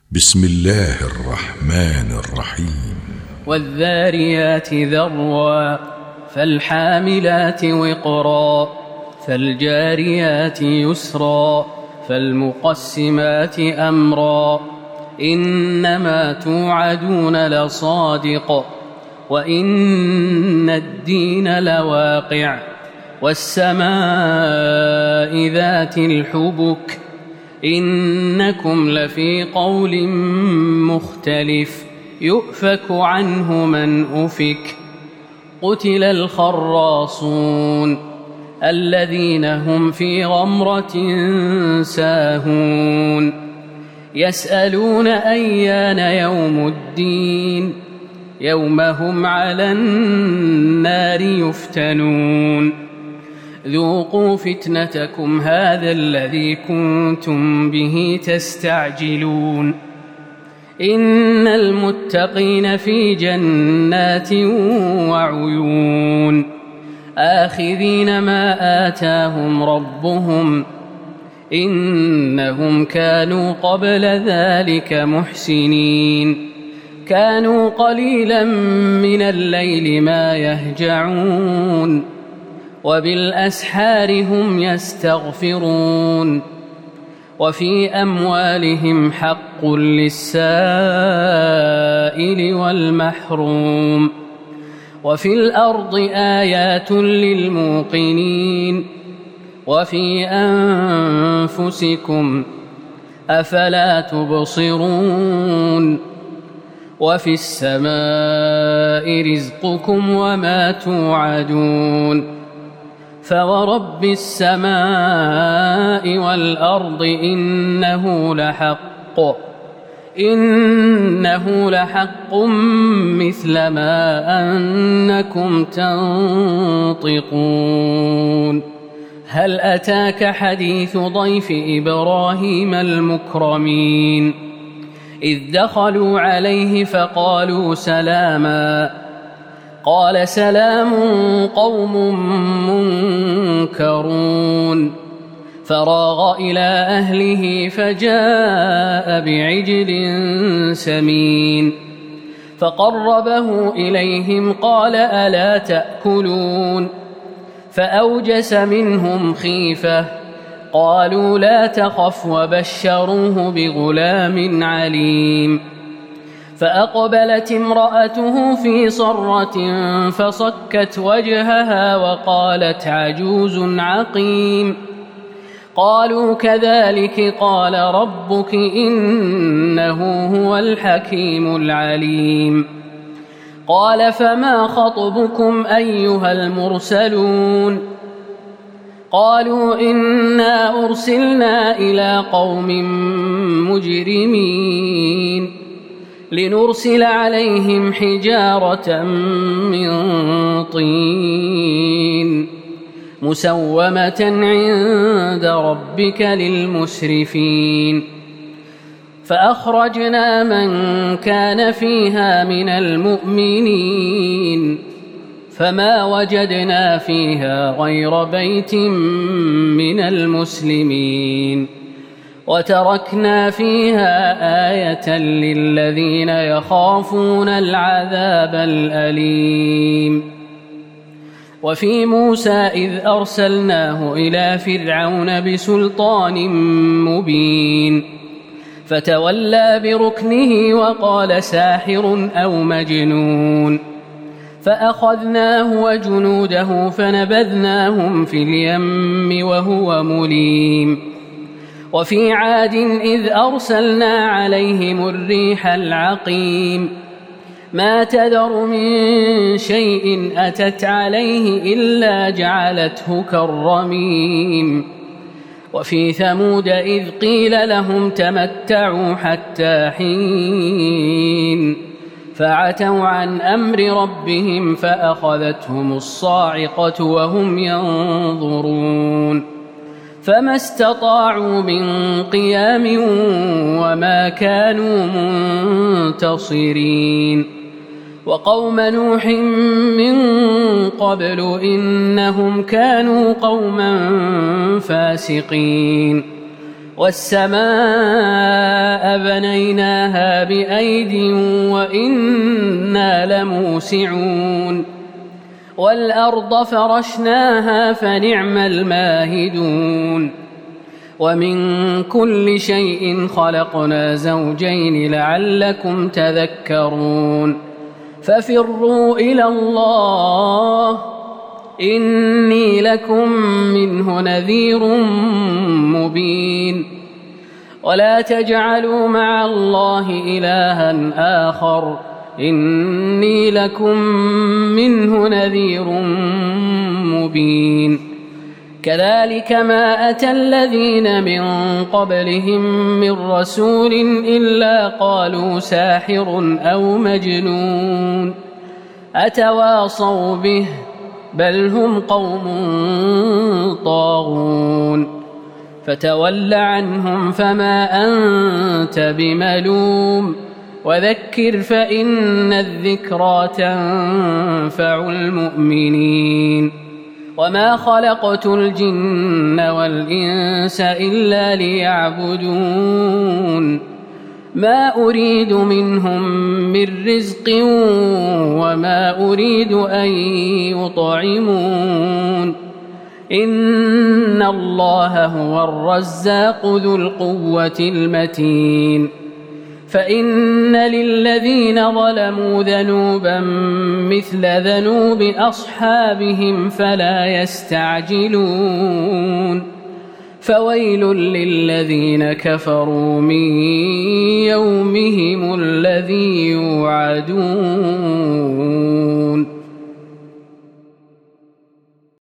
بسم الله الرحمن الرحيم. والذاريات ذروا فالحاملات وقرا فالجاريات يسرا فالمقسمات أمرا إنما توعدون لصادق وإن الدين لواقع والسماء ذات الحبك إنكم لفي قول مختلف يؤفك عنه من أفك قتل الخراصون الذين هم في غمرة ساهون يسألون أيان يوم الدين يوم هم على النار يفتنون ذوقوا فتنتكم هذا الذي كنتم به تستعجلون إن المتقين في جنات وعيون آخذين ما آتاهم ربهم إنهم كانوا قبل ذلك محسنين كانوا قليلا من الليل ما يهجعون وبالأسحار هم يستغفرون وفي أموالهم حق للسائل والمحروم وفي الأرض آيات للموقنين وفي أنفسكم أفلا تبصرون وفي السماء رزقكم وما توعدون فورب السماء والأرض إنه لحق مثل ما أنكم تنطقون هل أتاك حديث ضيف إبراهيم المكرمين إذ دخلوا عليه فقالوا سلاما قال سلام قوم منكرون فراغ إلى أهله فجاء بعجل سمين فقربه إليهم قال ألا تأكلون فأوجس منهم خيفة قالوا لا تخف وبشروه بغلام عليم فأقبلت امرأته في صرة فصكت وجهها وقالت عجوز عقيم قالوا كذلك قال ربك إنه هو الحكيم العليم قال فما خطبكم أيها المرسلون قالوا إنا أرسلنا إلى قوم مجرمين لنرسل عليهم حجارة من طين مسومة عند ربك للمسرفين فأخرجنا من كان فيها من المؤمنين فما وجدنا فيها غير بيت من المسلمين وتركنا فيها آية للذين يخافون العذاب الأليم وفي موسى إذ أرسلناه إلى فرعون بسلطان مبين فتولى بركنه وقال ساحر أو مجنون فأخذناه وجنوده فنبذناهم في اليم وهو مليم وفي عاد إذ أرسلنا عليهم الريح العقيم ما تذر من شيء أتت عليه إلا جعلته كالرميم وفي ثمود إذ قيل لهم تمتعوا حتى حين فعتوا عن أمر ربهم فأخذتهم الصاعقة وهم ينظرون فما استطاعوا من قيام وما كانوا منتصرين وقوم نوح من قبل إنهم كانوا قوما فاسقين والسماء بنيناها بأيد وإنا لموسعون والأرض فرشناها فنعم الماهدون ومن كل شيء خلقنا زوجين لعلكم تذكرون ففروا إلى الله إني لكم منه نذير مبين ولا تجعلوا مع الله إلها آخر إني لكم منه نذير مبين كذلك ما أتى الذين من قبلهم من رسول إلا قالوا ساحر أو مجنون أتواصوا به بل هم قوم طاغون فتول عنهم فما أنت بملوم وذكر فإن الذكرى تنفع المؤمنين وما خلقت الجن والإنس إلا ليعبدون ما أريد منهم من رزق وما أريد أن يطعمون إن الله هو الرزاق ذو القوة المتين فإن للذين ظلموا ذنوبا مثل ذنوب أصحابهم فلا يستعجلون فويل للذين كفروا من يومهم الذي يوعدون